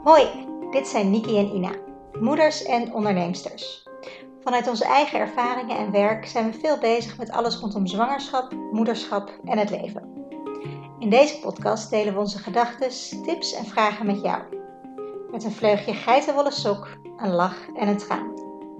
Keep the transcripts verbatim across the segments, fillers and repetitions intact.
Hoi, dit zijn Niki en Ina, moeders en onderneemsters. Vanuit onze eigen ervaringen en werk zijn we veel bezig met alles rondom zwangerschap, moederschap en het leven. In deze podcast delen we onze gedachten, tips en vragen met jou. Met een vleugje geitenwolle sok, een lach en een traan.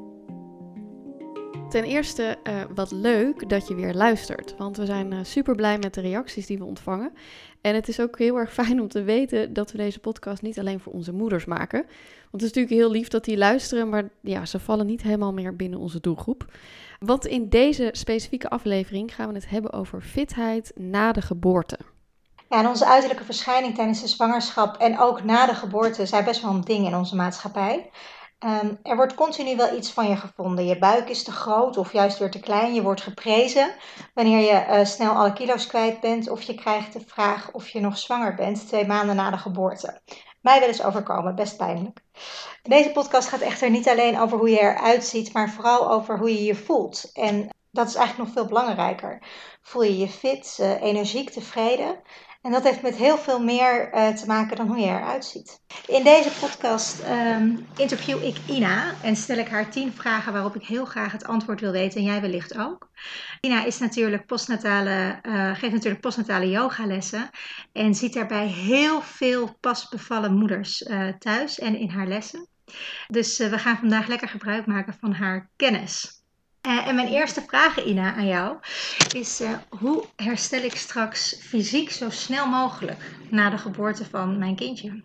Ten eerste, uh, wat leuk dat je weer luistert. Want we zijn uh, super blij met de reacties die we ontvangen. En het is ook heel erg fijn om te weten dat we deze podcast niet alleen voor onze moeders maken. Want het is natuurlijk heel lief dat die luisteren, maar ja, ze vallen niet helemaal meer binnen onze doelgroep. Want in deze specifieke aflevering gaan we het hebben over fitheid na de geboorte. Ja, en onze uiterlijke verschijning tijdens de zwangerschap en ook na de geboorte zijn best wel een ding in onze maatschappij. Um, er wordt continu wel iets van je gevonden. Je buik is te groot of juist weer te klein. Je wordt geprezen wanneer je uh, snel alle kilo's kwijt bent. Of je krijgt de vraag of je nog zwanger bent twee maanden na de geboorte. Mij wel eens overkomen, best pijnlijk. Deze podcast gaat echter niet alleen over hoe je eruit ziet, maar vooral over hoe je je voelt. En dat is eigenlijk nog veel belangrijker. Voel je je fit, uh, energiek, tevreden? En dat heeft met heel veel meer uh, te maken dan hoe je eruit ziet. In deze podcast um, interview ik Ina en stel ik haar tien vragen waarop ik heel graag het antwoord wil weten en jij wellicht ook. Ina is natuurlijk postnatale, uh, geeft natuurlijk postnatale yogalessen en ziet daarbij heel veel pas bevallen moeders uh, thuis en in haar lessen. Dus uh, we gaan vandaag lekker gebruik maken van haar kennis. Uh, en mijn eerste vraag, Ina, aan jou is: uh, hoe herstel ik straks fysiek zo snel mogelijk na de geboorte van mijn kindje?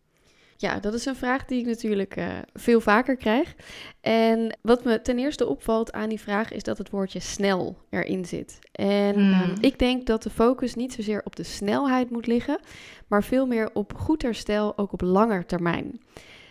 Ja, dat is een vraag die ik natuurlijk uh, veel vaker krijg. En wat me ten eerste opvalt aan die vraag is dat het woordje snel erin zit. En hmm. um, ik denk dat de focus niet zozeer op de snelheid moet liggen, maar veel meer op goed herstel, ook op lange termijn.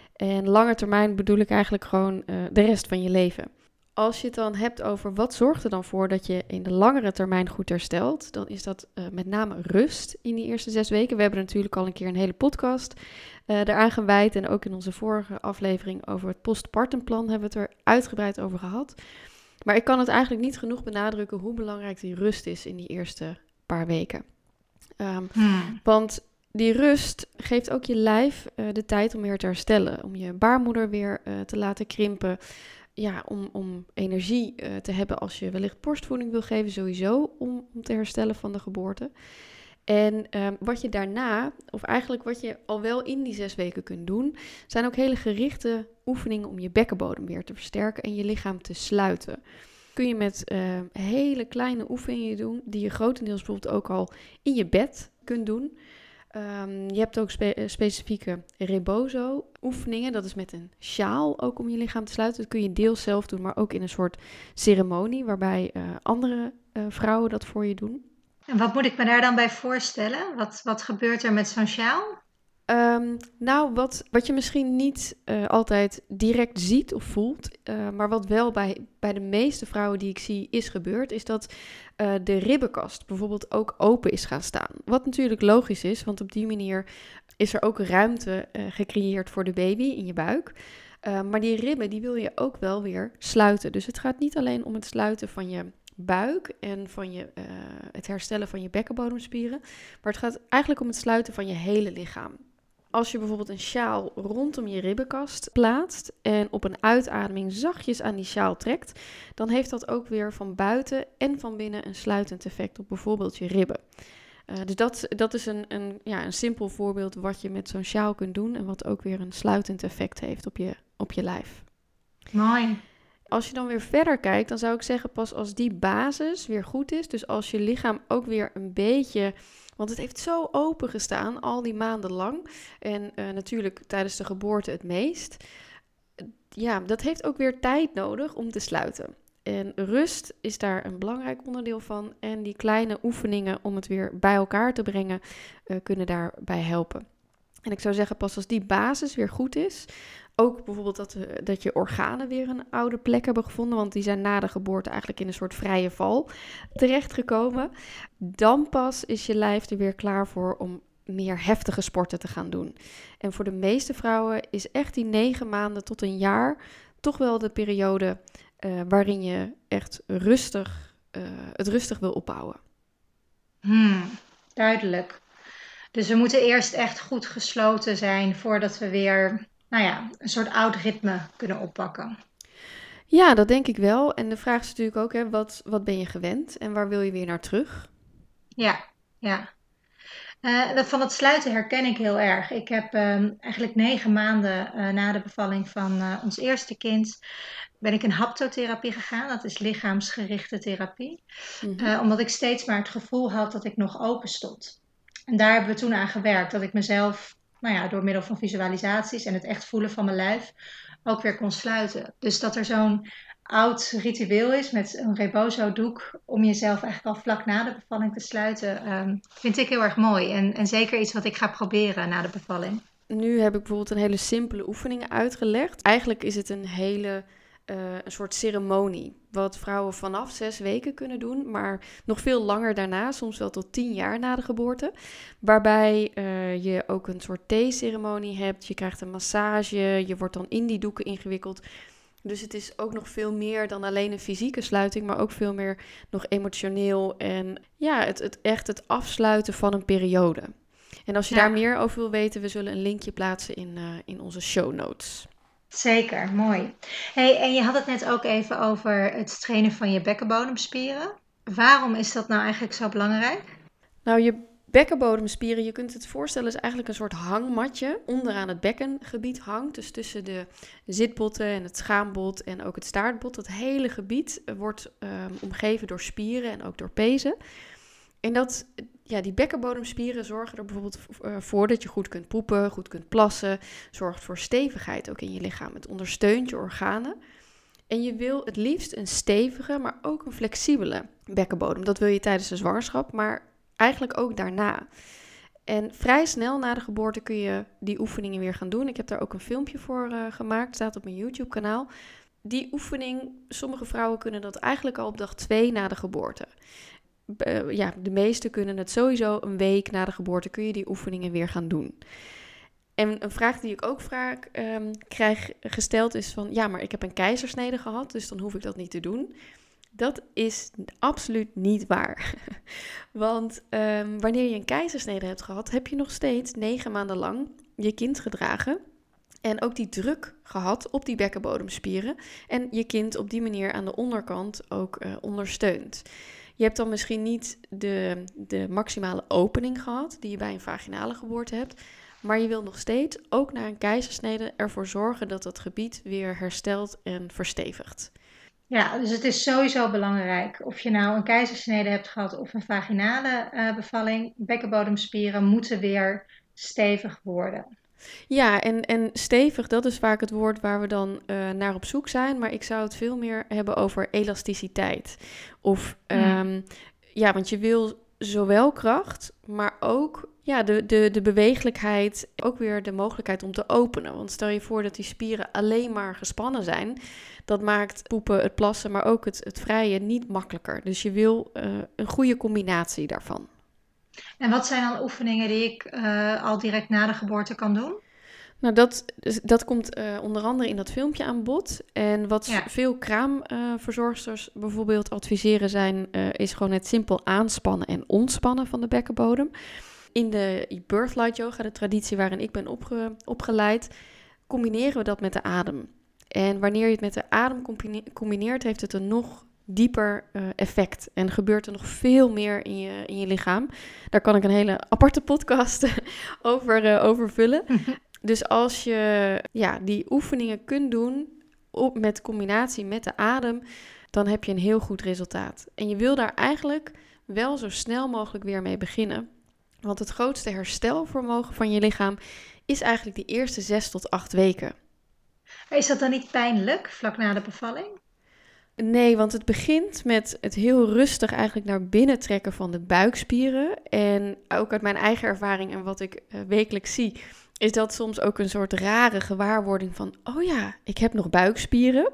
En lange termijn bedoel ik eigenlijk gewoon uh, de rest van je leven. Als je het dan hebt over wat zorgt er dan voor dat je in de langere termijn goed herstelt, dan is dat uh, met name rust in die eerste zes weken. We hebben natuurlijk al een keer een hele podcast uh, daaraan gewijd en ook in onze vorige aflevering over het postpartumplan hebben we het er uitgebreid over gehad. Maar ik kan het eigenlijk niet genoeg benadrukken hoe belangrijk die rust is in die eerste paar weken. Um, hmm. Want die rust geeft ook je lijf uh, de tijd om weer te herstellen, om je baarmoeder weer uh, te laten krimpen. Ja, om, om energie uh, te hebben als je wellicht borstvoeding wil geven, sowieso om, om te herstellen van de geboorte. En um, wat je daarna, of eigenlijk wat je al wel in die zes weken kunt doen, zijn ook hele gerichte oefeningen om je bekkenbodem weer te versterken en je lichaam te sluiten. Kun je met uh, hele kleine oefeningen doen, die je grotendeels bijvoorbeeld ook al in je bed kunt doen. Um, je hebt ook spe- specifieke rebozo-oefeningen. Dat is met een sjaal ook om je lichaam te sluiten. Dat kun je deels zelf doen, maar ook in een soort ceremonie waarbij uh, andere uh, vrouwen dat voor je doen. En wat moet ik me daar dan bij voorstellen? Wat, wat gebeurt er met zo'n sjaal? Um, nou, wat, wat je misschien niet uh, altijd direct ziet of voelt, uh, maar wat wel bij, bij de meeste vrouwen die ik zie is gebeurd, is dat uh, de ribbenkast bijvoorbeeld ook open is gaan staan. Wat natuurlijk logisch is, want op die manier is er ook ruimte uh, gecreëerd voor de baby in je buik. Uh, maar die ribben die wil je ook wel weer sluiten. Dus het gaat niet alleen om het sluiten van je buik en van je, uh, het herstellen van je bekkenbodemspieren, maar het gaat eigenlijk om het sluiten van je hele lichaam. Als je bijvoorbeeld een sjaal rondom je ribbenkast plaatst en op een uitademing zachtjes aan die sjaal trekt, dan heeft dat ook weer van buiten en van binnen een sluitend effect op bijvoorbeeld je ribben. Uh, dus dat, dat is een, een, ja, een simpel voorbeeld wat je met zo'n sjaal kunt doen en wat ook weer een sluitend effect heeft op je, op je lijf. Mooi. Als je dan weer verder kijkt, dan zou ik zeggen pas als die basis weer goed is, dus als je lichaam ook weer een beetje... Want het heeft zo open gestaan, al die maanden lang. En uh, natuurlijk tijdens de geboorte het meest. Ja, dat heeft ook weer tijd nodig om te sluiten. En rust is daar een belangrijk onderdeel van. En die kleine oefeningen om het weer bij elkaar te brengen, uh, kunnen daarbij helpen. En ik zou zeggen, pas als die basis weer goed is... Ook bijvoorbeeld dat, uh, dat je organen weer een oude plek hebben gevonden. Want die zijn na de geboorte eigenlijk in een soort vrije val terechtgekomen. Dan pas is je lijf er weer klaar voor om meer heftige sporten te gaan doen. En voor de meeste vrouwen is echt die negen maanden tot een jaar toch wel de periode uh, waarin je echt rustig, uh, het rustig wil opbouwen. Hmm, duidelijk. Dus we moeten eerst echt goed gesloten zijn voordat we weer, nou ja, een soort oud ritme kunnen oppakken. Ja, dat denk ik wel. En de vraag is natuurlijk ook, hè, wat, wat ben je gewend en waar wil je weer naar terug? Ja, ja. Uh, dat van het sluiten herken ik heel erg. Ik heb um, eigenlijk negen maanden uh, na de bevalling van uh, ons eerste kind ben ik in haptotherapie gegaan. Dat is lichaamsgerichte therapie. Mhm. Uh, omdat ik steeds maar het gevoel had dat ik nog open stond. En daar hebben we toen aan gewerkt. Dat ik mezelf, nou ja, door middel van visualisaties en het echt voelen van mijn lijf ook weer kon sluiten. Dus dat er zo'n oud ritueel is met een rebozo-doek om jezelf eigenlijk al vlak na de bevalling te sluiten, um, vind ik heel erg mooi. En, en zeker iets wat ik ga proberen na de bevalling. Nu heb ik bijvoorbeeld een hele simpele oefening uitgelegd. Eigenlijk is het een hele uh, een soort ceremonie. Wat vrouwen vanaf zes weken kunnen doen, maar nog veel langer daarna, soms wel tot tien jaar na de geboorte. Waarbij uh, je ook een soort theeceremonie hebt. Je krijgt een massage, je wordt dan in die doeken ingewikkeld. Dus het is ook nog veel meer dan alleen een fysieke sluiting, maar ook veel meer nog emotioneel en ja, het, het echt het afsluiten van een periode. En als je ja. daar meer over wil weten, we zullen een linkje plaatsen in, uh, in onze show notes. Zeker, mooi. Hey, en je had het net ook even over het trainen van je bekkenbodemspieren. Waarom is dat nou eigenlijk zo belangrijk? Nou, je bekkenbodemspieren, je kunt het voorstellen, is eigenlijk een soort hangmatje onderaan het bekkengebied hangt. Dus tussen de zitbotten en het schaambod en ook het staartbot. Dat hele gebied wordt um, omgeven door spieren en ook door pezen. En dat, ja, die bekkenbodemspieren zorgen er bijvoorbeeld voor dat je goed kunt poepen, goed kunt plassen. Zorgt voor stevigheid ook in je lichaam. Het ondersteunt je organen. En je wil het liefst een stevige, maar ook een flexibele bekkenbodem. Dat wil je tijdens de zwangerschap, maar eigenlijk ook daarna. En vrij snel na de geboorte kun je die oefeningen weer gaan doen. Ik heb daar ook een filmpje voor uh, gemaakt, staat op mijn YouTube-kanaal. Die oefening, sommige vrouwen kunnen dat eigenlijk al op dag twee na de geboorte. Uh, ja, de meesten kunnen het sowieso een week na de geboorte, kun je die oefeningen weer gaan doen. En een vraag die ik ook vaak um, krijg gesteld is van, ja, maar ik heb een keizersnede gehad, dus dan hoef ik dat niet te doen. Dat is absoluut niet waar. Want um, wanneer je een keizersnede hebt gehad, heb je nog steeds negen maanden lang je kind gedragen. En ook die druk gehad op die bekkenbodemspieren. En je kind op die manier aan de onderkant ook uh, ondersteund. Je hebt dan misschien niet de, de maximale opening gehad die je bij een vaginale geboorte hebt. Maar je wil nog steeds, ook na een keizersnede, ervoor zorgen dat dat gebied weer herstelt en verstevigt. Ja, dus het is sowieso belangrijk of je nou een keizersnede hebt gehad of een vaginale uh, bevalling. Bekkenbodemspieren moeten weer stevig worden. Ja, en, en stevig, dat is vaak het woord waar we dan uh, naar op zoek zijn. Maar ik zou het veel meer hebben over elasticiteit. Of, mm. um, ja, want je wil zowel kracht, maar ook ja, de, de, de beweeglijkheid, ook weer de mogelijkheid om te openen. Want stel je voor dat die spieren alleen maar gespannen zijn. Dat maakt poepen, het plassen, maar ook het, het vrijen niet makkelijker. Dus je wil uh, een goede combinatie daarvan. En wat zijn dan oefeningen die ik uh, al direct na de geboorte kan doen? Nou, dat, dat komt uh, onder andere in dat filmpje aan bod. En wat ja. veel kraamverzorgsters uh, bijvoorbeeld adviseren zijn, uh, is gewoon het simpel aanspannen en ontspannen van de bekkenbodem. In de Birthlight Yoga, de traditie waarin ik ben opge, opgeleid, combineren we dat met de adem. En wanneer je het met de adem combineert, heeft het een nog dieper uh, effect. En gebeurt er nog veel meer in je, in je lichaam. Daar kan ik een hele aparte podcast over, uh, over vullen. Dus als je ja, die oefeningen kunt doen op, met combinatie met de adem, dan heb je een heel goed resultaat. En je wil daar eigenlijk wel zo snel mogelijk weer mee beginnen. Want het grootste herstelvermogen van je lichaam is eigenlijk die eerste zes tot acht weken. Is dat dan niet pijnlijk, vlak na de bevalling? Nee, want het begint met het heel rustig eigenlijk naar binnen trekken van de buikspieren. En ook uit mijn eigen ervaring en wat ik uh, wekelijks zie, is dat soms ook een soort rare gewaarwording van, oh ja, ik heb nog buikspieren.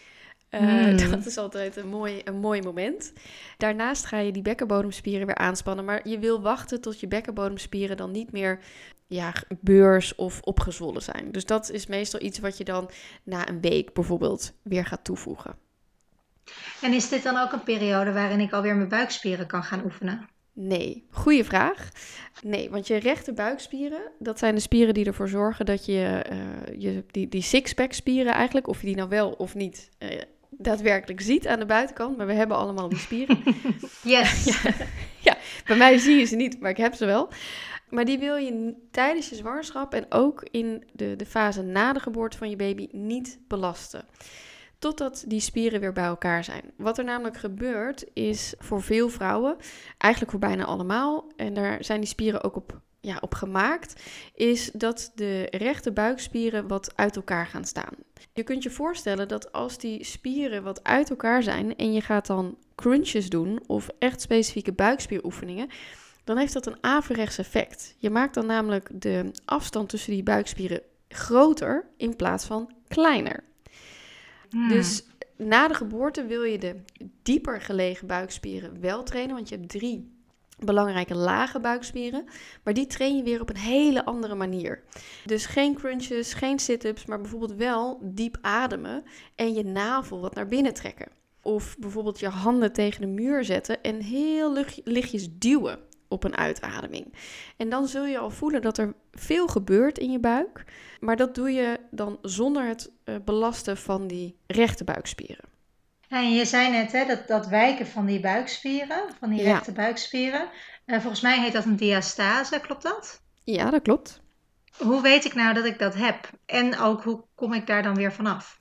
Uh, mm. Dat is altijd een mooi, een mooi moment. Daarnaast ga je die bekkenbodemspieren weer aanspannen. Maar je wil wachten tot je bekkenbodemspieren dan niet meer ja, beurs of opgezwollen zijn. Dus dat is meestal iets wat je dan na een week bijvoorbeeld weer gaat toevoegen. En is dit dan ook een periode waarin ik alweer mijn buikspieren kan gaan oefenen? Nee, goede vraag. Nee, want je rechte buikspieren, dat zijn de spieren die ervoor zorgen dat je, uh, je die, die sixpack spieren eigenlijk, of je die nou wel of niet uh, daadwerkelijk ziet aan de buitenkant, maar we hebben allemaal die spieren. Yes. ja, ja, bij mij zie je ze niet, maar ik heb ze wel. Maar die wil je tijdens je zwangerschap en ook in de, de fase na de geboorte van je baby niet belasten. Totdat die spieren weer bij elkaar zijn. Wat er namelijk gebeurt is voor veel vrouwen, eigenlijk voor bijna allemaal, en daar zijn die spieren ook op, ja, op gemaakt, is dat de rechte buikspieren wat uit elkaar gaan staan. Je kunt je voorstellen dat als die spieren wat uit elkaar zijn en je gaat dan crunches doen of echt specifieke buikspieroefeningen, dan heeft dat een averechts effect. Je maakt dan namelijk de afstand tussen die buikspieren groter in plaats van kleiner. Hmm. Dus na de geboorte wil je de dieper gelegen buikspieren wel trainen, want je hebt drie belangrijke lage buikspieren, maar die train je weer op een hele andere manier. Dus geen crunches, geen sit-ups, maar bijvoorbeeld wel diep ademen en je navel wat naar binnen trekken. Of bijvoorbeeld je handen tegen de muur zetten en heel lucht, lichtjes duwen op een uitademing. En dan zul je al voelen dat er veel gebeurt in je buik, maar dat doe je dan zonder het uh, belasten van die rechte buikspieren. Ja, en je zei net hè, dat, dat wijken van die buikspieren, van die Ja. rechte buikspieren. Uh, volgens mij heet dat een diastase, klopt dat? Ja, dat klopt. Hoe weet ik nou dat ik dat heb? En ook, hoe kom ik daar dan weer vanaf?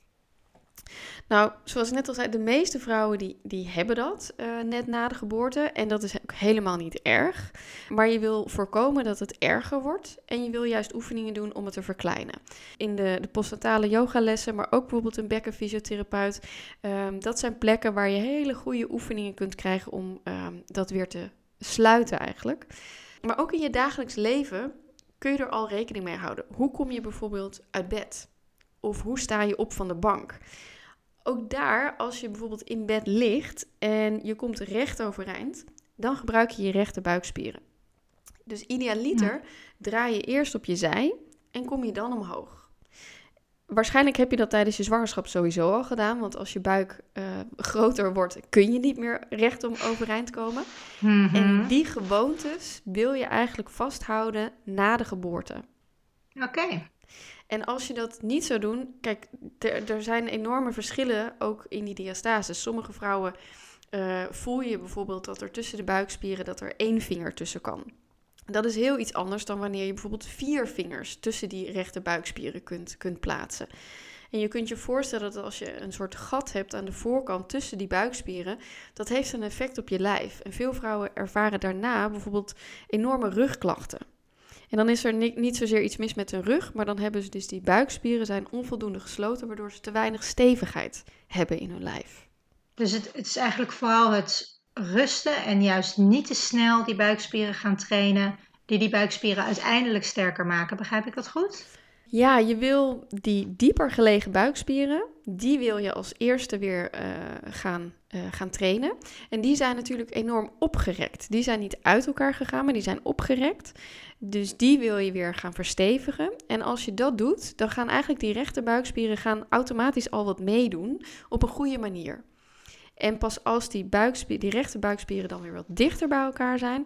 Nou, zoals ik net al zei, de meeste vrouwen die, die hebben dat uh, net na de geboorte. En dat is ook helemaal niet erg. Maar je wil voorkomen dat het erger wordt. En je wil juist oefeningen doen om het te verkleinen. In de, de postnatale yogalessen, maar ook bijvoorbeeld een bekkenfysiotherapeut. Um, dat zijn plekken waar je hele goede oefeningen kunt krijgen om um, dat weer te sluiten eigenlijk. Maar ook in je dagelijks leven kun je er al rekening mee houden. Hoe kom je bijvoorbeeld uit bed? Of hoe sta je op van de bank? Ook daar, als je bijvoorbeeld in bed ligt en je komt recht overeind, dan gebruik je je rechte buikspieren. Dus idealiter ja. draai je eerst op je zij en kom je dan omhoog. Waarschijnlijk heb je dat tijdens je zwangerschap sowieso al gedaan, want als je buik uh, groter wordt, kun je niet meer rechtom overeind komen. Mm-hmm. En die gewoontes wil je eigenlijk vasthouden na de geboorte. Oké. Okay. En als je dat niet zou doen, kijk, er, er zijn enorme verschillen ook in die diastases. Sommige vrouwen uh, voel je bijvoorbeeld dat er tussen de buikspieren dat er één vinger tussen kan. Dat is heel iets anders dan wanneer je bijvoorbeeld vier vingers tussen die rechte buikspieren kunt, kunt plaatsen. En je kunt je voorstellen dat als je een soort gat hebt aan de voorkant tussen die buikspieren, dat heeft een effect op je lijf. En veel vrouwen ervaren daarna bijvoorbeeld enorme rugklachten. En dan is er niet, niet zozeer iets mis met hun rug, maar dan hebben ze dus die buikspieren zijn onvoldoende gesloten, waardoor ze te weinig stevigheid hebben in hun lijf. Dus het, het is eigenlijk vooral het rusten en juist niet te snel die buikspieren gaan trainen, die die buikspieren uiteindelijk sterker maken. Begrijp ik dat goed? Ja, je wil die dieper gelegen buikspieren, die wil je als eerste weer uh, gaan, uh, gaan trainen. En die zijn natuurlijk enorm opgerekt. Die zijn niet uit elkaar gegaan, maar die zijn opgerekt. Dus die wil je weer gaan verstevigen. En als je dat doet, dan gaan eigenlijk die rechte buikspieren gaan automatisch al wat meedoen op een goede manier. En pas als die, buikspier, die rechte buikspieren dan weer wat dichter bij elkaar zijn,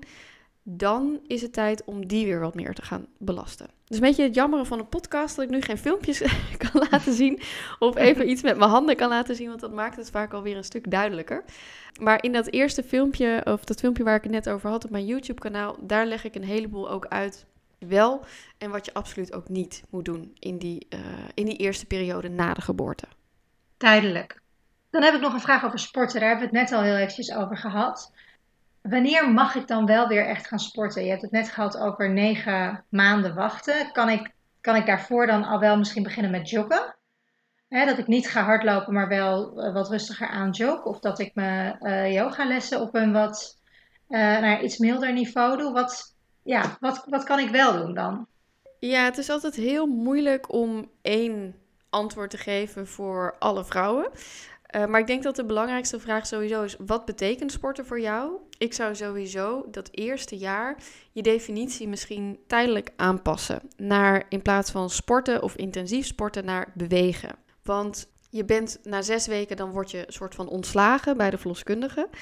dan is het tijd om die weer wat meer te gaan belasten. Dus een beetje het jammeren van een podcast dat ik nu geen filmpjes kan laten zien of even iets met mijn handen kan laten zien, want dat maakt het vaak alweer een stuk duidelijker. Maar in dat eerste filmpje, of dat filmpje waar ik het net over had op mijn YouTube-kanaal, daar leg ik een heleboel ook uit wel en wat je absoluut ook niet moet doen in die, uh, in die eerste periode na de geboorte. Duidelijk. Dan heb ik nog een vraag over sporten. Daar hebben we het net al heel eventjes over gehad. Wanneer mag ik dan wel weer echt gaan sporten? Je hebt het net gehad over negen maanden wachten. Kan ik, kan ik daarvoor dan al wel misschien beginnen met joggen? Hè, dat ik niet ga hardlopen, maar wel uh, wat rustiger aan jog. Of dat ik mijn uh, yogalessen op een wat uh, nou ja, iets milder niveau doe. Wat, ja, wat, wat kan ik wel doen dan? Ja, het is altijd heel moeilijk om één antwoord te geven voor alle vrouwen. Uh, maar ik denk dat de belangrijkste vraag sowieso is, wat betekent sporten voor jou? Ik zou sowieso dat eerste jaar je definitie misschien tijdelijk aanpassen. Naar, in plaats van sporten of intensief sporten, naar bewegen. Want je bent na zes weken, dan word je een soort van ontslagen bij de verloskundige.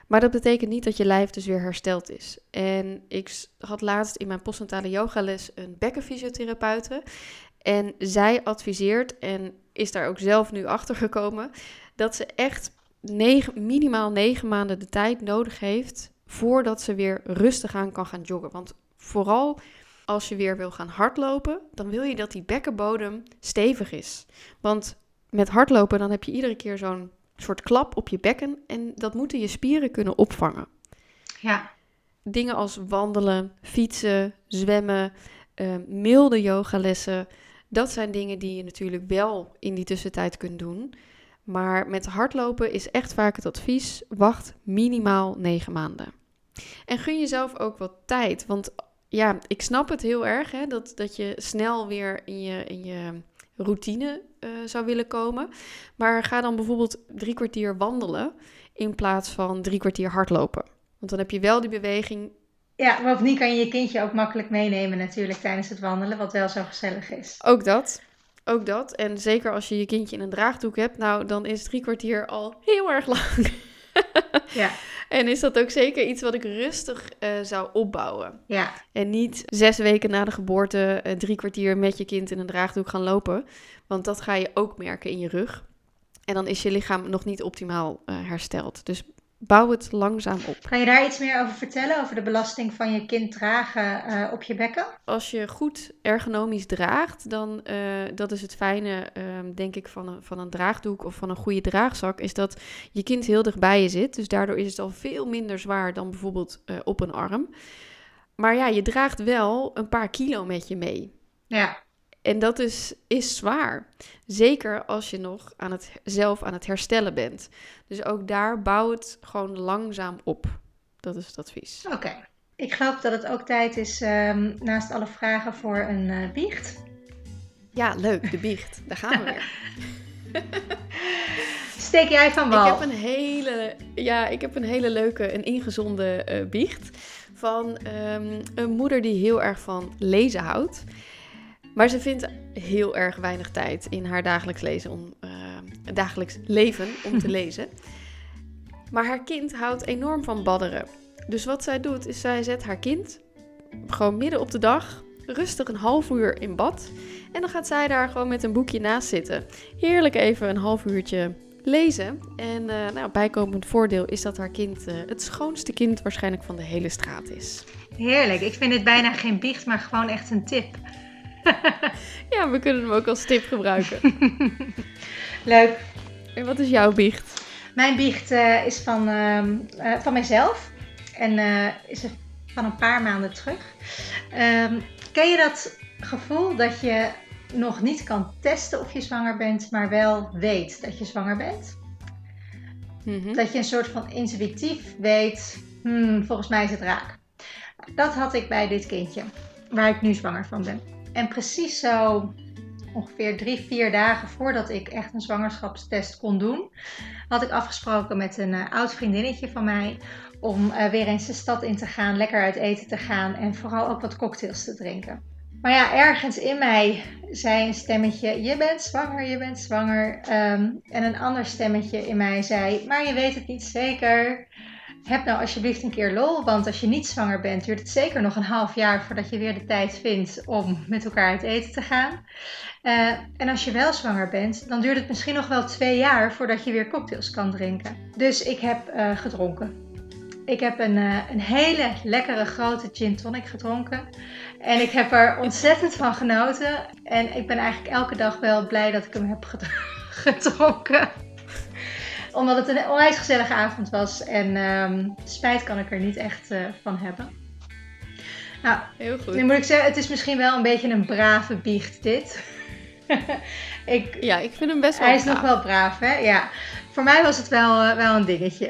Maar dat betekent niet dat je lijf dus weer hersteld is. En ik had laatst in mijn postnatale yogales een bekkenfysiotherapeute. En zij adviseert, en is daar ook zelf nu achter gekomen, dat ze echt negen, minimaal negen maanden de tijd nodig heeft voordat ze weer rustig aan kan gaan joggen. Want vooral als je weer wil gaan hardlopen, dan wil je dat die bekkenbodem stevig is. Want met hardlopen dan heb je iedere keer zo'n soort klap op je bekken en dat moeten je spieren kunnen opvangen. Ja. Dingen als wandelen, fietsen, zwemmen, uh, milde yogalessen, dat zijn dingen die je natuurlijk wel in die tussentijd kunt doen. Maar met hardlopen is echt vaak het advies, wacht minimaal negen maanden. En gun jezelf ook wat tijd, want ja, ik snap het heel erg, hè, dat, dat je snel weer in je, in je routine uh, zou willen komen. Maar ga dan bijvoorbeeld drie kwartier wandelen in plaats van drie kwartier hardlopen. Want dan heb je wel die beweging. Ja, bovendien kan je je kindje ook makkelijk meenemen natuurlijk tijdens het wandelen, wat wel zo gezellig is. Ook dat. Ook dat. En zeker als je je kindje in een draagdoek hebt, nou, dan is drie kwartier al heel erg lang. Ja. En is dat ook zeker iets wat ik rustig uh, zou opbouwen. Ja. En niet zes weken na de geboorte uh, drie kwartier met je kind in een draagdoek gaan lopen. Want dat ga je ook merken in je rug. En dan is je lichaam nog niet optimaal uh, hersteld. Dus bouw het langzaam op. Kan je daar iets meer over vertellen? Over de belasting van je kind dragen uh, op je bekken? Als je goed ergonomisch draagt, dan uh, dat is het fijne, uh, denk ik, van een, van een draagdoek of van een goede draagzak, is dat je kind heel dicht bij je zit. Dus daardoor is het al veel minder zwaar dan bijvoorbeeld uh, op een arm. Maar ja, je draagt wel een paar kilo met je mee. Ja. En dat is, is zwaar. Zeker als je nog aan het, zelf aan het herstellen bent. Dus ook daar bouw het gewoon langzaam op. Dat is het advies. Oké. Okay. Ik geloof dat het ook tijd is, um, naast alle vragen, voor een uh, biecht. Ja, leuk. De biecht. Daar gaan we weer. Steek jij van wal? Ik heb een hele, ja, ik heb een hele leuke, een ingezonde uh, biecht. Van um, een moeder die heel erg van lezen houdt. Maar ze vindt heel erg weinig tijd in haar dagelijks, lezen om, uh, dagelijks leven om te lezen. Maar haar kind houdt enorm van badderen. Dus wat zij doet, is zij zet haar kind gewoon midden op de dag rustig een half uur in bad. En dan gaat zij daar gewoon met een boekje naast zitten. Heerlijk even een half uurtje lezen. En uh, nou, bijkomend voordeel is dat haar kind uh, het schoonste kind waarschijnlijk van de hele straat is. Heerlijk. Ik vind dit bijna geen biecht, maar gewoon echt een tip. Ja, we kunnen hem ook als tip gebruiken. Leuk. En wat is jouw biecht? Mijn biecht uh, is van, uh, uh, van mijzelf. En uh, is er van een paar maanden terug. Um, ken je dat gevoel dat je nog niet kan testen of je zwanger bent, maar wel weet dat je zwanger bent? Mm-hmm. Dat je een soort van intuïtief weet, hmm, volgens mij is het raak. Dat had ik bij dit kindje, waar ik nu zwanger van ben. En precies zo ongeveer drie, vier dagen voordat ik echt een zwangerschapstest kon doen, had ik afgesproken met een uh, oud vriendinnetje van mij om uh, weer eens de stad in te gaan, lekker uit eten te gaan en vooral ook wat cocktails te drinken. Maar ja, ergens in mij zei een stemmetje, je bent zwanger, je bent zwanger. Um, en een ander stemmetje in mij zei, maar je weet het niet zeker. Heb nou alsjeblieft een keer lol, want als je niet zwanger bent, duurt het zeker nog een half jaar voordat je weer de tijd vindt om met elkaar uit eten te gaan. Uh, en als je wel zwanger bent, dan duurt het misschien nog wel twee jaar voordat je weer cocktails kan drinken. Dus ik heb uh, gedronken. Ik heb een, uh, een hele lekkere grote gin tonic gedronken. En ik heb er ontzettend van genoten. En ik ben eigenlijk elke dag wel blij dat ik hem heb gedronken. Omdat het een onwijs gezellige avond was. En um, spijt kan ik er niet echt uh, van hebben. Nou, heel goed. Nu moet ik zeggen, het is misschien wel een beetje een brave biecht dit. ik, ja, ik vind hem best wel Hij is braaf. nog wel braaf, hè? Ja. Voor mij was het wel, uh, wel een dingetje.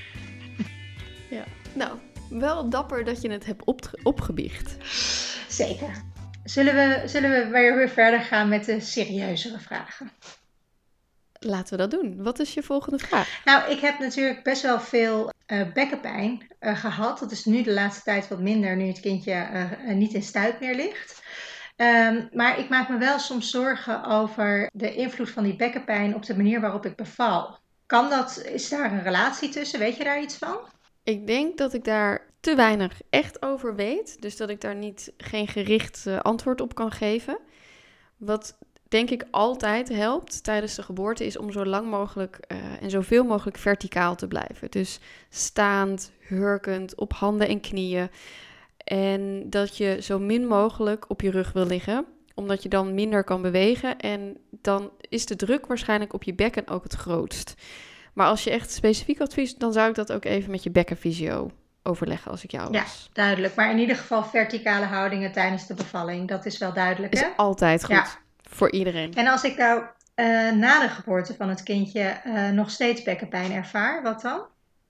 Ja, nou, wel dapper dat je het hebt op- opgebiecht. Zeker. Zullen we, zullen we weer, weer verder gaan met de serieuzere vragen? Laten we dat doen. Wat is je volgende vraag? Nou, ik heb natuurlijk best wel veel uh, bekkenpijn uh, gehad. Dat is nu de laatste tijd wat minder, nu het kindje uh, uh, niet in stuit meer ligt. Um, maar ik maak me wel soms zorgen over de invloed van die bekkenpijn op de manier waarop ik beval. Kan dat, is daar een relatie tussen? Weet je daar iets van? Ik denk dat ik daar te weinig echt over weet. Dus dat ik daar niet geen gericht uh, antwoord op kan geven. Wat denk ik altijd helpt tijdens de geboorte is om zo lang mogelijk uh, en zoveel mogelijk verticaal te blijven. Dus staand, hurkend, op handen en knieën. En dat je zo min mogelijk op je rug wil liggen, omdat je dan minder kan bewegen. En dan is de druk waarschijnlijk op je bekken ook het grootst. Maar als je echt specifiek advies, dan zou ik dat ook even met je bekkenfysio overleggen als ik jou was. Ja, duidelijk. Maar in ieder geval verticale houdingen tijdens de bevalling. Dat is wel duidelijk, hè? Is altijd goed. Ja. Voor iedereen. En als ik nou uh, na de geboorte van het kindje uh, nog steeds bekkenpijn ervaar, wat dan?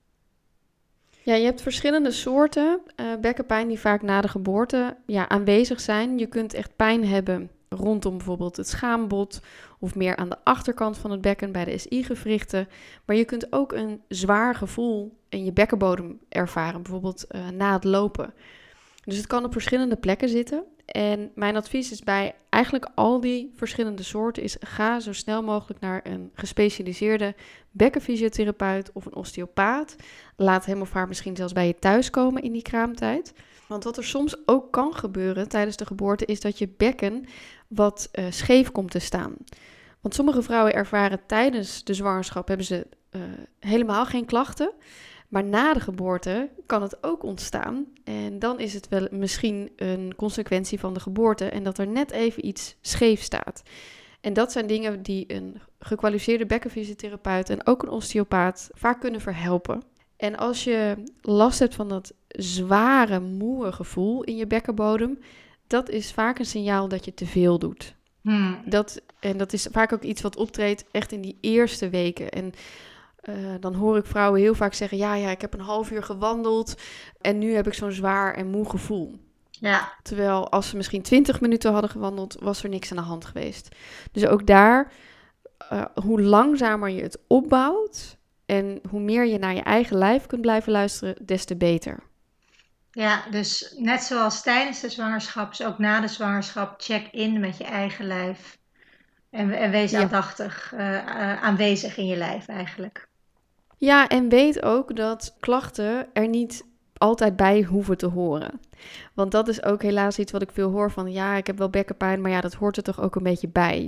Ja, je hebt verschillende soorten uh, bekkenpijn die vaak na de geboorte ja, aanwezig zijn. Je kunt echt pijn hebben rondom bijvoorbeeld het schaambod of meer aan de achterkant van het bekken bij de S I-gewrichten. Maar je kunt ook een zwaar gevoel in je bekkenbodem ervaren, bijvoorbeeld uh, na het lopen. Dus het kan op verschillende plekken zitten. En mijn advies is bij eigenlijk al die verschillende soorten is ga zo snel mogelijk naar een gespecialiseerde bekkenfysiotherapeut of een osteopaat. Laat hem of haar misschien zelfs bij je thuis komen in die kraamtijd. Want wat er soms ook kan gebeuren tijdens de geboorte is dat je bekken wat uh, scheef komt te staan. Want sommige vrouwen ervaren tijdens de zwangerschap hebben ze uh, helemaal geen klachten. Maar na de geboorte kan het ook ontstaan. En dan is het wel misschien een consequentie van de geboorte en dat er net even iets scheef staat. En dat zijn dingen die een gekwalificeerde bekkenfysiotherapeut en ook een osteopaat vaak kunnen verhelpen. En als je last hebt van dat zware, moe gevoel in je bekkenbodem, dat is vaak een signaal dat je te veel doet. Hmm. Dat, en dat is vaak ook iets wat optreedt echt in die eerste weken. En Uh, dan hoor ik vrouwen heel vaak zeggen, ja, ja, ik heb een half uur gewandeld en nu heb ik zo'n zwaar en moe gevoel. Ja. Terwijl als ze misschien twintig minuten hadden gewandeld, was er niks aan de hand geweest. Dus ook daar, uh, hoe langzamer je het opbouwt en hoe meer je naar je eigen lijf kunt blijven luisteren, des te beter. Ja, dus net zoals tijdens de zwangerschap, dus ook na de zwangerschap, check in met je eigen lijf. En, en wees ja. aandachtig, uh, uh, aanwezig in je lijf eigenlijk. Ja, en weet ook dat klachten er niet altijd bij hoeven te horen. Want dat is ook helaas iets wat ik veel hoor van, ja, ik heb wel bekkenpijn, maar ja, dat hoort er toch ook een beetje bij.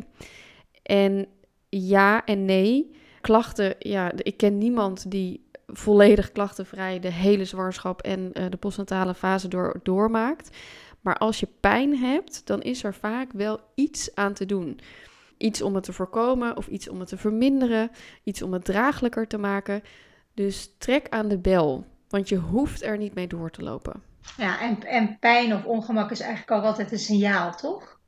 En ja en nee, klachten, ja, ik ken niemand die volledig klachtenvrij de hele zwangerschap en uh, de postnatale fase door, doormaakt. Maar als je pijn hebt, dan is er vaak wel iets aan te doen. Iets om het te voorkomen of iets om het te verminderen. Iets om het draaglijker te maken. Dus trek aan de bel, want je hoeft er niet mee door te lopen. Ja, en, en pijn of ongemak is eigenlijk ook altijd een signaal, toch?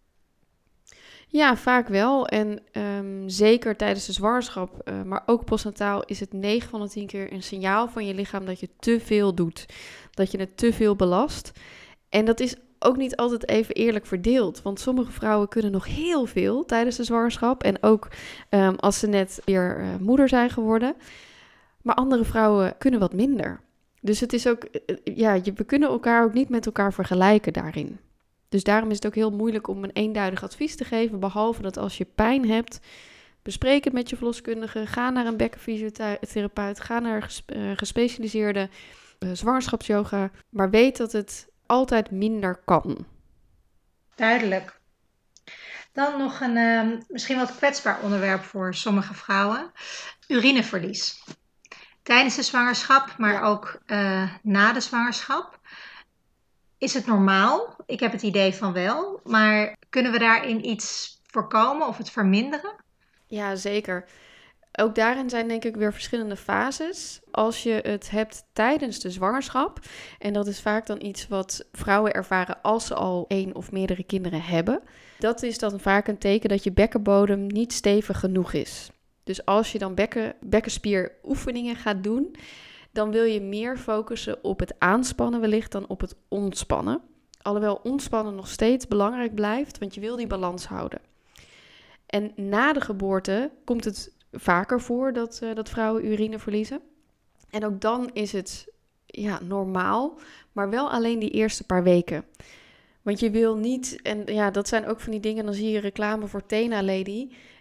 Ja, vaak wel. En um, zeker tijdens de zwangerschap, uh, maar ook postnataal, is het negen van de tien keer een signaal van je lichaam dat je te veel doet. Dat je het te veel belast. En dat is ook niet altijd even eerlijk verdeeld. Want sommige vrouwen kunnen nog heel veel tijdens de zwangerschap. En ook um, als ze net weer uh, moeder zijn geworden. Maar andere vrouwen kunnen wat minder. Dus het is ook, uh, ja, je, we kunnen elkaar ook niet met elkaar vergelijken daarin. Dus daarom is het ook heel moeilijk om een eenduidig advies te geven. Behalve dat als je pijn hebt, bespreek het met je verloskundige. Ga naar een bekkenfysiotherapeut. Ga naar gespe- uh, gespecialiseerde uh, zwangerschapsyoga. Maar weet dat het altijd minder kan. Duidelijk. Dan nog een uh, misschien wat kwetsbaar onderwerp voor sommige vrouwen. Urineverlies. Tijdens de zwangerschap, maar ja. ook uh, na de zwangerschap. Is het normaal? Ik heb het idee van wel. Maar kunnen we daarin iets voorkomen of het verminderen? Ja, zeker. Ook daarin zijn denk ik weer verschillende fases. Als je het hebt tijdens de zwangerschap, en dat is vaak dan iets wat vrouwen ervaren als ze al één of meerdere kinderen hebben. Dat is dan vaak een teken dat je bekkenbodem niet stevig genoeg is. Dus als je dan bekken, bekkenspieroefeningen gaat doen, dan wil je meer focussen op het aanspannen wellicht dan op het ontspannen. Alhoewel ontspannen nog steeds belangrijk blijft, want je wil die balans houden. En na de geboorte komt het vaker voor dat, uh, dat vrouwen urine verliezen. En ook dan is het ja, normaal, maar wel alleen die eerste paar weken. Want je wil niet, en ja, dat zijn ook van die dingen, dan zie je reclame voor Tena Lady.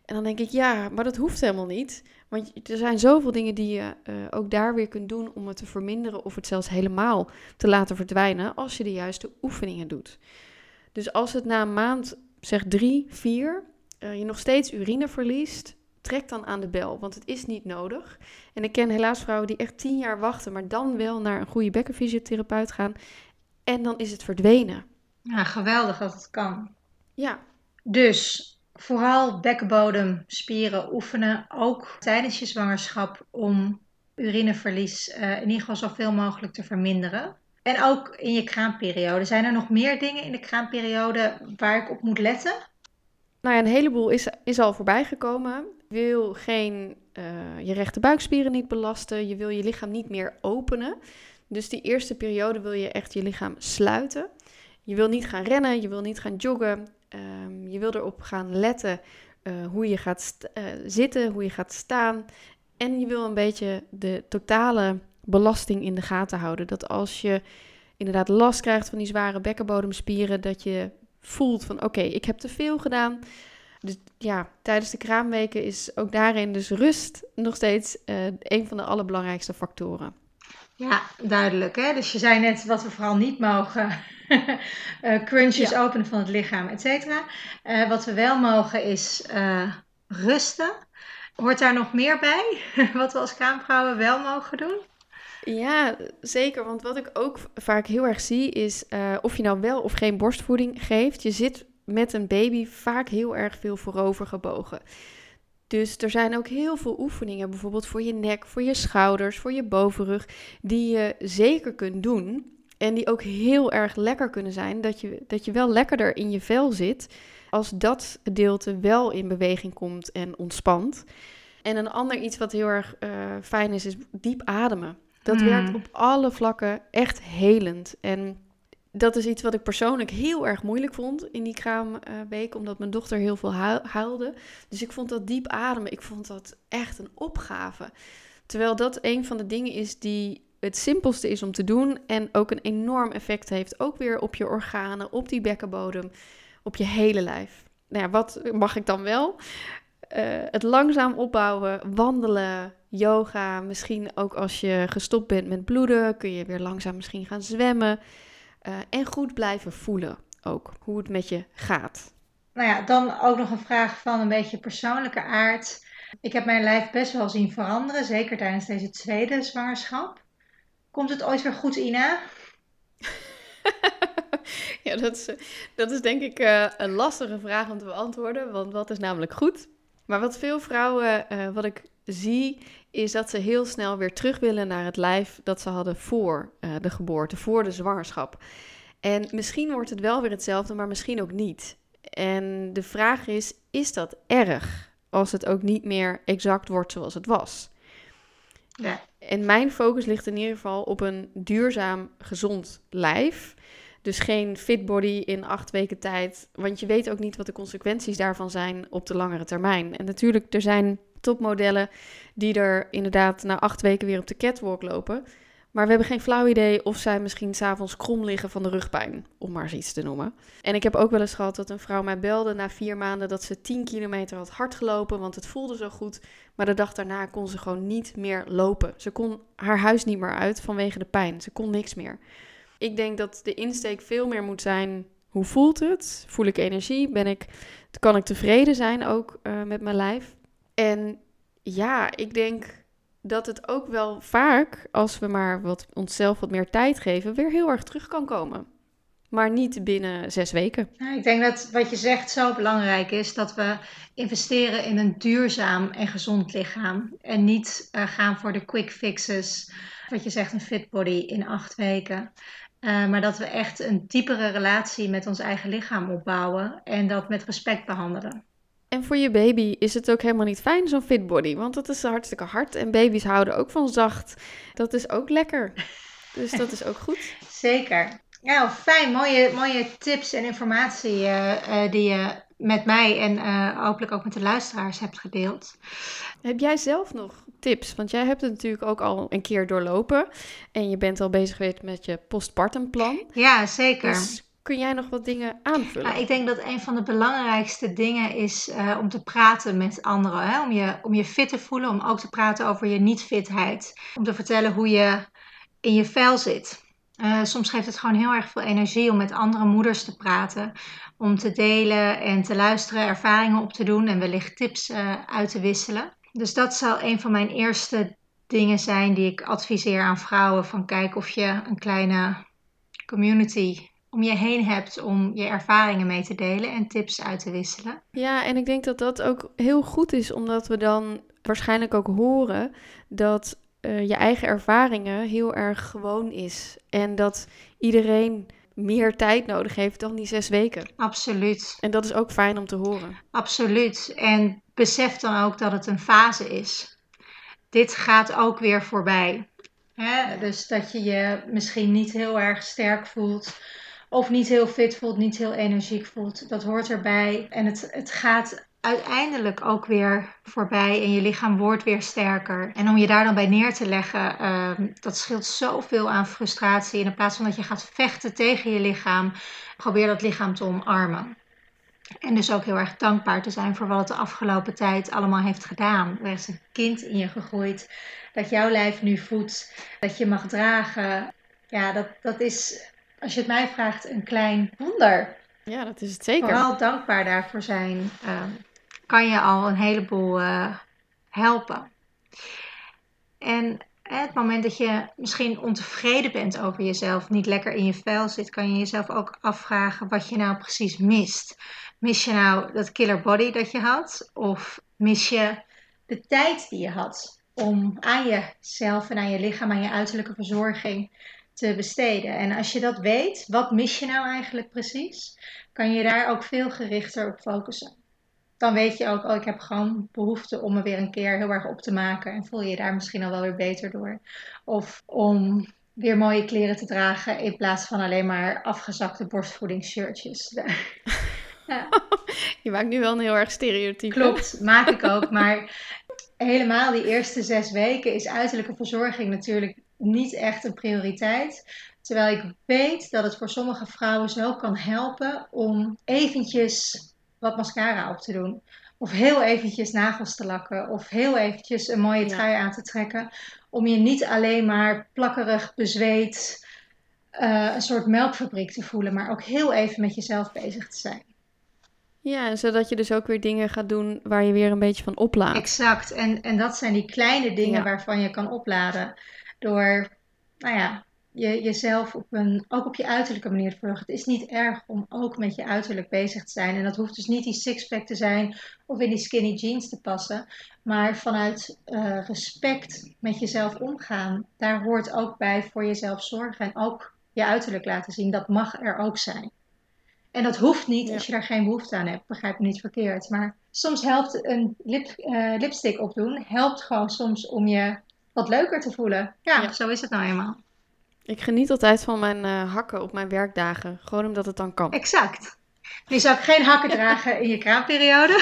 En dan denk ik, ja, maar dat hoeft helemaal niet. Want er zijn zoveel dingen die je uh, ook daar weer kunt doen om het te verminderen of het zelfs helemaal te laten verdwijnen als je de juiste oefeningen doet. Dus als het na een maand, zeg drie, vier, uh, je nog steeds urine verliest, trek dan aan de bel, want het is niet nodig. En ik ken helaas vrouwen die echt tien jaar wachten, maar dan wel naar een goede bekkenfysiotherapeut gaan. En dan is het verdwenen. Ja, geweldig dat het kan. Ja. Dus vooral bekkenbodem, spieren oefenen, ook tijdens je zwangerschap, om urineverlies uh, in ieder geval zoveel mogelijk te verminderen. En ook in je kraamperiode. Zijn er nog meer dingen in de kraamperiode waar ik op moet letten? Nou ja, een heleboel is, is al voorbij gekomen. Je wil geen, uh, je rechte buikspieren niet belasten. Je wil je lichaam niet meer openen. Dus die eerste periode wil je echt je lichaam sluiten. Je wil niet gaan rennen, je wil niet gaan joggen. Um, je wil erop gaan letten uh, hoe je gaat st- uh, zitten, hoe je gaat staan. En je wil een beetje de totale belasting in de gaten houden. Dat als je inderdaad last krijgt van die zware bekkenbodemspieren, dat je voelt van oké, okay, ik heb te veel gedaan. Dus ja, tijdens de kraamweken is ook daarin dus rust nog steeds uh, een van de allerbelangrijkste factoren. Ja, duidelijk. Hè? Dus je zei net wat we vooral niet mogen. uh, crunches, ja. Openen van het lichaam, et cetera. Uh, wat we wel mogen is uh, rusten. Hoort daar nog meer bij? Wat we als kraamvrouwen wel mogen doen? Ja, zeker. Want wat ik ook vaak heel erg zie is uh, of je nou wel of geen borstvoeding geeft. Je zit met een baby vaak heel erg veel voorover gebogen. Dus er zijn ook heel veel oefeningen, bijvoorbeeld voor je nek, voor je schouders, voor je bovenrug, die je zeker kunt doen. En die ook heel erg lekker kunnen zijn, dat je, dat je wel lekkerder in je vel zit als dat gedeelte wel in beweging komt en ontspant. En een ander iets wat heel erg uh, fijn is, is diep ademen. Dat hmm. werkt op alle vlakken echt helend. En dat is iets wat ik persoonlijk heel erg moeilijk vond in die kraamweek, uh, omdat mijn dochter heel veel hu- huilde. Dus ik vond dat diep ademen, ik vond dat echt een opgave. Terwijl dat een van de dingen is die het simpelste is om te doen en ook een enorm effect heeft. Ook weer op je organen, op die bekkenbodem, op je hele lijf. Nou ja, wat mag ik dan wel? Uh, het langzaam opbouwen, wandelen, yoga. Misschien ook als je gestopt bent met bloeden, kun je weer langzaam misschien gaan zwemmen. Uh, en goed blijven voelen ook, hoe het met je gaat. Nou ja, dan ook nog een vraag van een beetje persoonlijke aard. Ik heb mijn lijf best wel zien veranderen, zeker tijdens deze tweede zwangerschap. Komt het ooit weer goed, Ina? Ja, dat is, dat is denk ik uh, een lastige vraag om te beantwoorden, want wat is namelijk goed? Maar wat veel vrouwen, uh, wat ik zie, is dat ze heel snel weer terug willen naar het lijf dat ze hadden voor uh, de geboorte, voor de zwangerschap. En misschien wordt het wel weer hetzelfde, maar misschien ook niet. En de vraag is, is dat erg als het ook niet meer exact wordt zoals het was? Ja. En mijn focus ligt in ieder geval op een duurzaam, gezond lijf. Dus geen fit body in acht weken tijd. Want je weet ook niet wat de consequenties daarvan zijn op de langere termijn. En natuurlijk, er zijn topmodellen die er inderdaad na acht weken weer op de catwalk lopen. Maar we hebben geen flauw idee of zij misschien 's avonds krom liggen van de rugpijn, om maar eens iets te noemen. En ik heb ook wel eens gehad dat een vrouw mij belde na vier maanden dat ze tien kilometer had hard gelopen, want het voelde zo goed. Maar de dag daarna kon ze gewoon niet meer lopen. Ze kon haar huis niet meer uit vanwege de pijn. Ze kon niks meer. Ik denk dat de insteek veel meer moet zijn, hoe voelt het? Voel ik energie? Ben ik, kan ik tevreden zijn ook uh, met mijn lijf? En ja, ik denk dat het ook wel vaak, als we maar wat, onszelf wat meer tijd geven, weer heel erg terug kan komen. Maar niet binnen zes weken. Ja, ik denk dat wat je zegt zo belangrijk is, dat we investeren in een duurzaam en gezond lichaam. En niet uh, gaan voor de quick fixes, wat je zegt, een fit body in acht weken. Uh, maar dat we echt een diepere relatie met ons eigen lichaam opbouwen en dat met respect behandelen. En voor je baby is het ook helemaal niet fijn, zo'n fit body. Want dat is hartstikke hard. En baby's houden ook van zacht. Dat is ook lekker. Dus dat is ook goed. Zeker. Ja, fijn. Mooie, mooie tips en informatie uh, uh, die je met mij en uh, hopelijk ook met de luisteraars hebt gedeeld. Heb jij zelf nog tips? Want jij hebt het natuurlijk ook al een keer doorlopen. En je bent al bezig geweest met je postpartumplan. Ja, zeker. Dus kun jij nog wat dingen aanvullen? Nou, ik denk dat een van de belangrijkste dingen is uh, om te praten met anderen. Hè? Om, je, om je fit te voelen, om ook te praten over je niet-fitheid. Om te vertellen hoe je in je vel zit. Uh, soms geeft het gewoon heel erg veel energie om met andere moeders te praten. Om te delen en te luisteren, ervaringen op te doen en wellicht tips uh, uit te wisselen. Dus dat zal een van mijn eerste dingen zijn die ik adviseer aan vrouwen. Van kijk of je een kleine community om je heen hebt om je ervaringen mee te delen en tips uit te wisselen. Ja, en ik denk dat dat ook heel goed is, omdat we dan waarschijnlijk ook horen dat uh, je eigen ervaringen heel erg gewoon is. En dat iedereen meer tijd nodig heeft dan die zes weken. Absoluut. En dat is ook fijn om te horen. Absoluut. En besef dan ook dat het een fase is. Dit gaat ook weer voorbij. Hè? Dus dat je je misschien niet heel erg sterk voelt. Of niet heel fit voelt, niet heel energiek voelt. Dat hoort erbij. En het, het gaat uiteindelijk ook weer voorbij. En je lichaam wordt weer sterker. En om je daar dan bij neer te leggen, uh, dat scheelt zoveel aan frustratie. En in plaats van dat je gaat vechten tegen je lichaam, probeer dat lichaam te omarmen. En dus ook heel erg dankbaar te zijn voor wat het de afgelopen tijd allemaal heeft gedaan. Er is een kind in je gegroeid dat jouw lijf nu voedt, dat je mag dragen. Ja, dat, dat is, als je het mij vraagt, een klein wonder. Ja, dat is het zeker. Vooral dankbaar daarvoor zijn, uh, kan je al een heleboel uh, helpen. En het moment dat je misschien ontevreden bent over jezelf, niet lekker in je vel zit, kan je jezelf ook afvragen wat je nou precies mist. Mis je nou dat killer body dat je had? Of mis je de tijd die je had om aan jezelf en aan je lichaam, aan je uiterlijke verzorging te besteden? En als je dat weet, wat mis je nou eigenlijk precies? Kan je daar ook veel gerichter op focussen. Dan weet je ook, oh, ik heb gewoon behoefte om me weer een keer heel erg op te maken. En voel je je daar misschien al wel weer beter door. Of om weer mooie kleren te dragen in plaats van alleen maar afgezakte borstvoedingsshirtjes. Ja. Je maakt nu wel een heel erg stereotype. Klopt, maak ik ook. Maar helemaal die eerste zes weken is uiterlijke verzorging natuurlijk niet echt een prioriteit. Terwijl ik weet dat het voor sommige vrouwen zo kan helpen om eventjes wat mascara op te doen. Of heel eventjes nagels te lakken. Of heel eventjes een mooie trui ja. aan te trekken. Om je niet alleen maar plakkerig, bezweet, uh, een soort melkfabriek te voelen. Maar ook heel even met jezelf bezig te zijn. Ja, zodat je dus ook weer dingen gaat doen waar je weer een beetje van oplaadt. Exact. En, en dat zijn die kleine dingen ja. waarvan je kan opladen. Door, nou ja, je, jezelf op een, ook op je uiterlijke manier te verzorgen. Het is niet erg om ook met je uiterlijk bezig te zijn. En dat hoeft dus niet die sixpack te zijn of in die skinny jeans te passen. Maar vanuit uh, respect met jezelf omgaan. Daar hoort ook bij voor jezelf zorgen. En ook je uiterlijk laten zien. Dat mag er ook zijn. En dat hoeft niet ja. als je daar geen behoefte aan hebt. Begrijp me niet verkeerd. Maar soms helpt een lip, uh, lipstick opdoen. Helpt gewoon soms om je wat leuker te voelen. Ja, ja. Zo is het nou eenmaal. Ik geniet altijd van mijn uh, hakken op mijn werkdagen. Gewoon omdat het dan kan. Exact. Nu zou ik geen hakken dragen in je kraamperiode.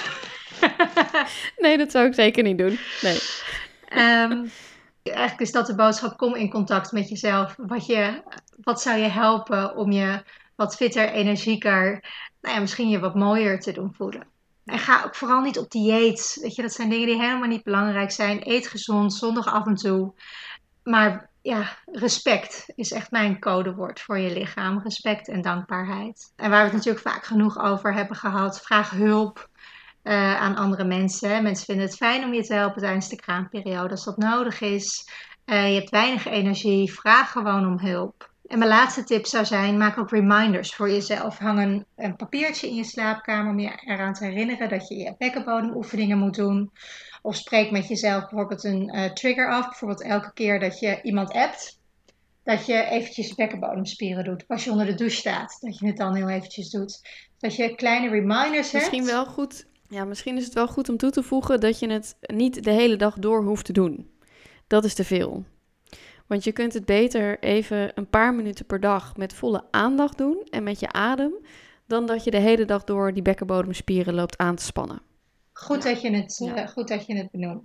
Nee, dat zou ik zeker niet doen. Nee. Um, eigenlijk is dat de boodschap. Kom in contact met jezelf. Wat, je, wat zou je helpen om je wat fitter, energieker, nou ja, misschien je wat mooier te doen voelen. En ga ook vooral niet op dieet. Weet je, dat zijn dingen die helemaal niet belangrijk zijn. Eet gezond, zondag af en toe. Maar ja, respect is echt mijn codewoord voor je lichaam. Respect en dankbaarheid. En waar we het natuurlijk vaak genoeg over hebben gehad. Vraag hulp uh, aan andere mensen. Mensen vinden het fijn om je te helpen tijdens de kraamperiode als dat nodig is. Uh, je hebt weinig energie. Vraag gewoon om hulp. En mijn laatste tip zou zijn, maak ook reminders voor jezelf. Hang een, een papiertje in je slaapkamer om je eraan te herinneren dat je je bekkenbodemoefeningen moet doen. Of spreek met jezelf bijvoorbeeld een uh, trigger af. Bijvoorbeeld elke keer dat je iemand appt, dat je eventjes je bekkenbodemspieren doet. Als je onder de douche staat, dat je het dan heel eventjes doet. Dat je kleine reminders misschien hebt. Wel goed, ja, misschien is het wel goed om toe te voegen dat je het niet de hele dag door hoeft te doen. Dat is te veel. Want je kunt het beter even een paar minuten per dag met volle aandacht doen en met je adem, dan dat je de hele dag door die bekkenbodemspieren loopt aan te spannen. Goed, ja. dat, je het, ja. uh, goed dat je het benoemt.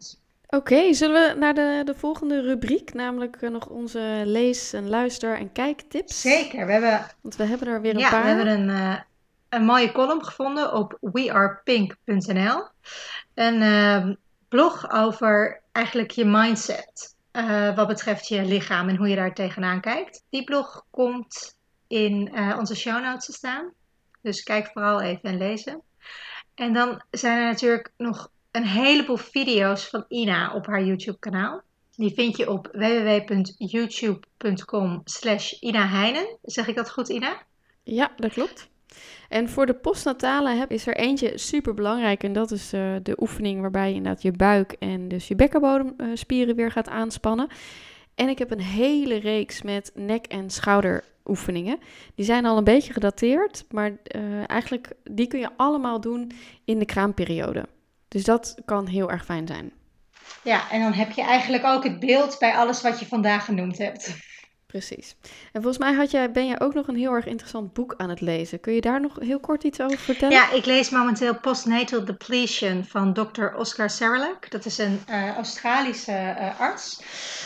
Oké, okay, zullen we naar de, de volgende rubriek, namelijk uh, nog onze lees- en luister- en kijktips? Zeker, we hebben, want we hebben er weer een ja, paar. We hebben een, uh, een mooie column gevonden op we are pink punt n l. Een uh, blog over eigenlijk je mindset, uh, wat betreft je lichaam en hoe je daar tegenaan kijkt. Die blog komt in uh, onze show notes te staan, dus kijk vooral even en lezen. En dan zijn er natuurlijk nog een heleboel video's van Ina op haar YouTube kanaal. Die vind je op w w w punt youtube punt com slash Ina Heinen. Zeg ik dat goed, Ina? Ja, dat klopt. En voor de postnatale heb, is er eentje super belangrijk. En dat is uh, de oefening waarbij je inderdaad je buik en dus je bekkenbodemspieren weer gaat aanspannen. En ik heb een hele reeks met nek- en schouderoefeningen. Die zijn al een beetje gedateerd, maar uh, eigenlijk die kun je allemaal doen in de kraamperiode. Dus dat kan heel erg fijn zijn. Ja, en dan heb je eigenlijk ook het beeld bij alles wat je vandaag genoemd hebt. Precies. En volgens mij had jij, ben jij ook nog een heel erg interessant boek aan het lezen. Kun je daar nog heel kort iets over vertellen? Ja, ik lees momenteel Postnatal Depletion van dokter Oscar Serrelak. Dat is een uh, Australische uh, arts.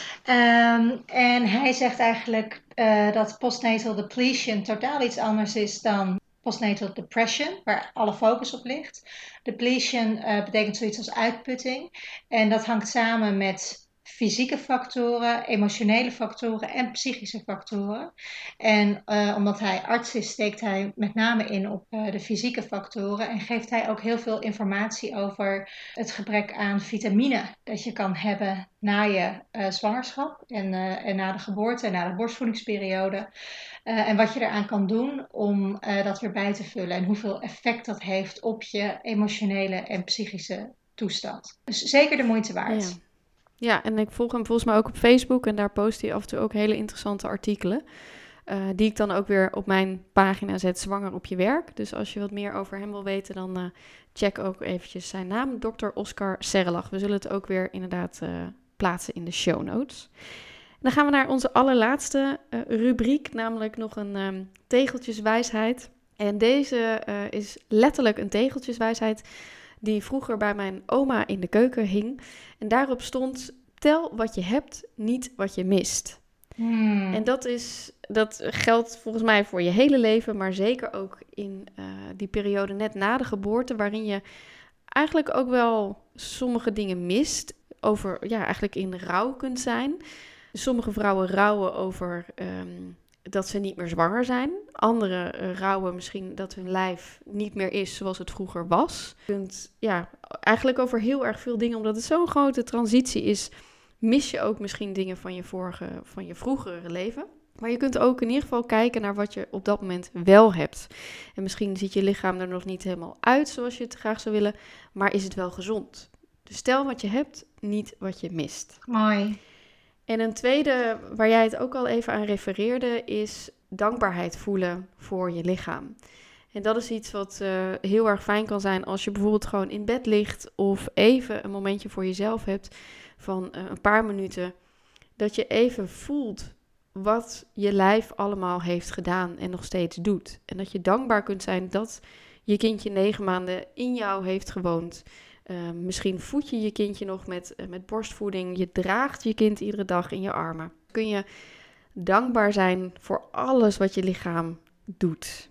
Um, en hij zegt eigenlijk uh, dat postnatal depletion totaal iets anders is dan postnatal depression, waar alle focus op ligt. Depletion uh, betekent zoiets als uitputting. En dat hangt samen met fysieke factoren, emotionele factoren en psychische factoren. En uh, omdat hij arts is, steekt hij met name in op uh, de fysieke factoren en geeft hij ook heel veel informatie over het gebrek aan vitamine dat je kan hebben na je uh, zwangerschap en, uh, en na de geboorte en na de borstvoedingsperiode. Uh, en wat je eraan kan doen om uh, dat weer bij te vullen en hoeveel effect dat heeft op je emotionele en psychische toestand. Dus zeker de moeite waard. Ja. Ja, en ik volg hem volgens mij ook op Facebook en daar post hij af en toe ook hele interessante artikelen. Uh, die ik dan ook weer op mijn pagina zet, Zwanger op je werk. Dus als je wat meer over hem wil weten, dan uh, check ook eventjes zijn naam, dokter Oscar Serrelak. We zullen het ook weer inderdaad uh, plaatsen in de show notes. En dan gaan we naar onze allerlaatste uh, rubriek, namelijk nog een um, tegeltjeswijsheid. En deze uh, is letterlijk een tegeltjeswijsheid die vroeger bij mijn oma in de keuken hing. En daarop stond, tel wat je hebt, niet wat je mist. Hmm. En dat, is, dat geldt volgens mij voor je hele leven, maar zeker ook in uh, die periode net na de geboorte, waarin je eigenlijk ook wel sommige dingen mist, over, ja, eigenlijk in rouw kunt zijn. Sommige vrouwen rouwen over um, dat ze niet meer zwanger zijn. Anderen uh, rouwen misschien dat hun lijf niet meer is zoals het vroeger was. Je kunt, ja, eigenlijk over heel erg veel dingen, omdat het zo'n grote transitie is, mis je ook misschien dingen van je vorige, van je vroegere leven. Maar je kunt ook in ieder geval kijken naar wat je op dat moment wel hebt. En misschien ziet je lichaam er nog niet helemaal uit zoals je het graag zou willen, maar is het wel gezond. Dus stel wat je hebt, niet wat je mist. Mooi. En een tweede, waar jij het ook al even aan refereerde, is dankbaarheid voelen voor je lichaam. En dat is iets wat uh, heel erg fijn kan zijn als je bijvoorbeeld gewoon in bed ligt of even een momentje voor jezelf hebt van uh, een paar minuten. Dat je even voelt wat je lijf allemaal heeft gedaan en nog steeds doet. En dat je dankbaar kunt zijn dat je kindje negen maanden in jou heeft gewoond. Uh, misschien voed je je kindje nog met, uh, met borstvoeding. Je draagt je kind iedere dag in je armen. Kun je dankbaar zijn voor alles wat je lichaam doet.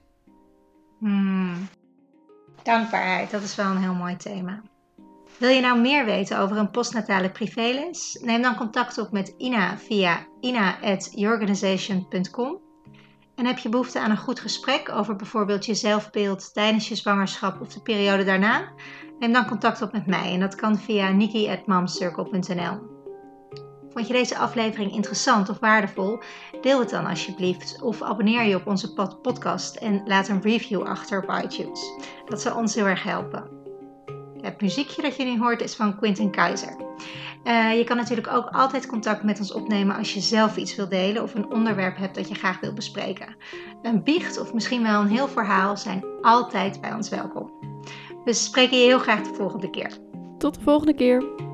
Hmm. Dankbaarheid, dat is wel een heel mooi thema. Wil je nou meer weten over een postnatale privéles? Neem dan contact op met Ina via ina at yourorganization punt com. En heb je behoefte aan een goed gesprek over bijvoorbeeld je zelfbeeld tijdens je zwangerschap of de periode daarna? Neem dan contact op met mij en dat kan via nikki at momcircle punt n l. Vond je deze aflevering interessant of waardevol? Deel het dan alsjeblieft of abonneer je op onze podcast en laat een review achter op iTunes. Dat zou ons heel erg helpen. Het muziekje dat je nu hoort is van Quentin Keizer. Uh, je kan natuurlijk ook altijd contact met ons opnemen als je zelf iets wilt delen of een onderwerp hebt dat je graag wilt bespreken. Een biecht of misschien wel een heel verhaal zijn altijd bij ons welkom. We spreken je heel graag de volgende keer. Tot de volgende keer.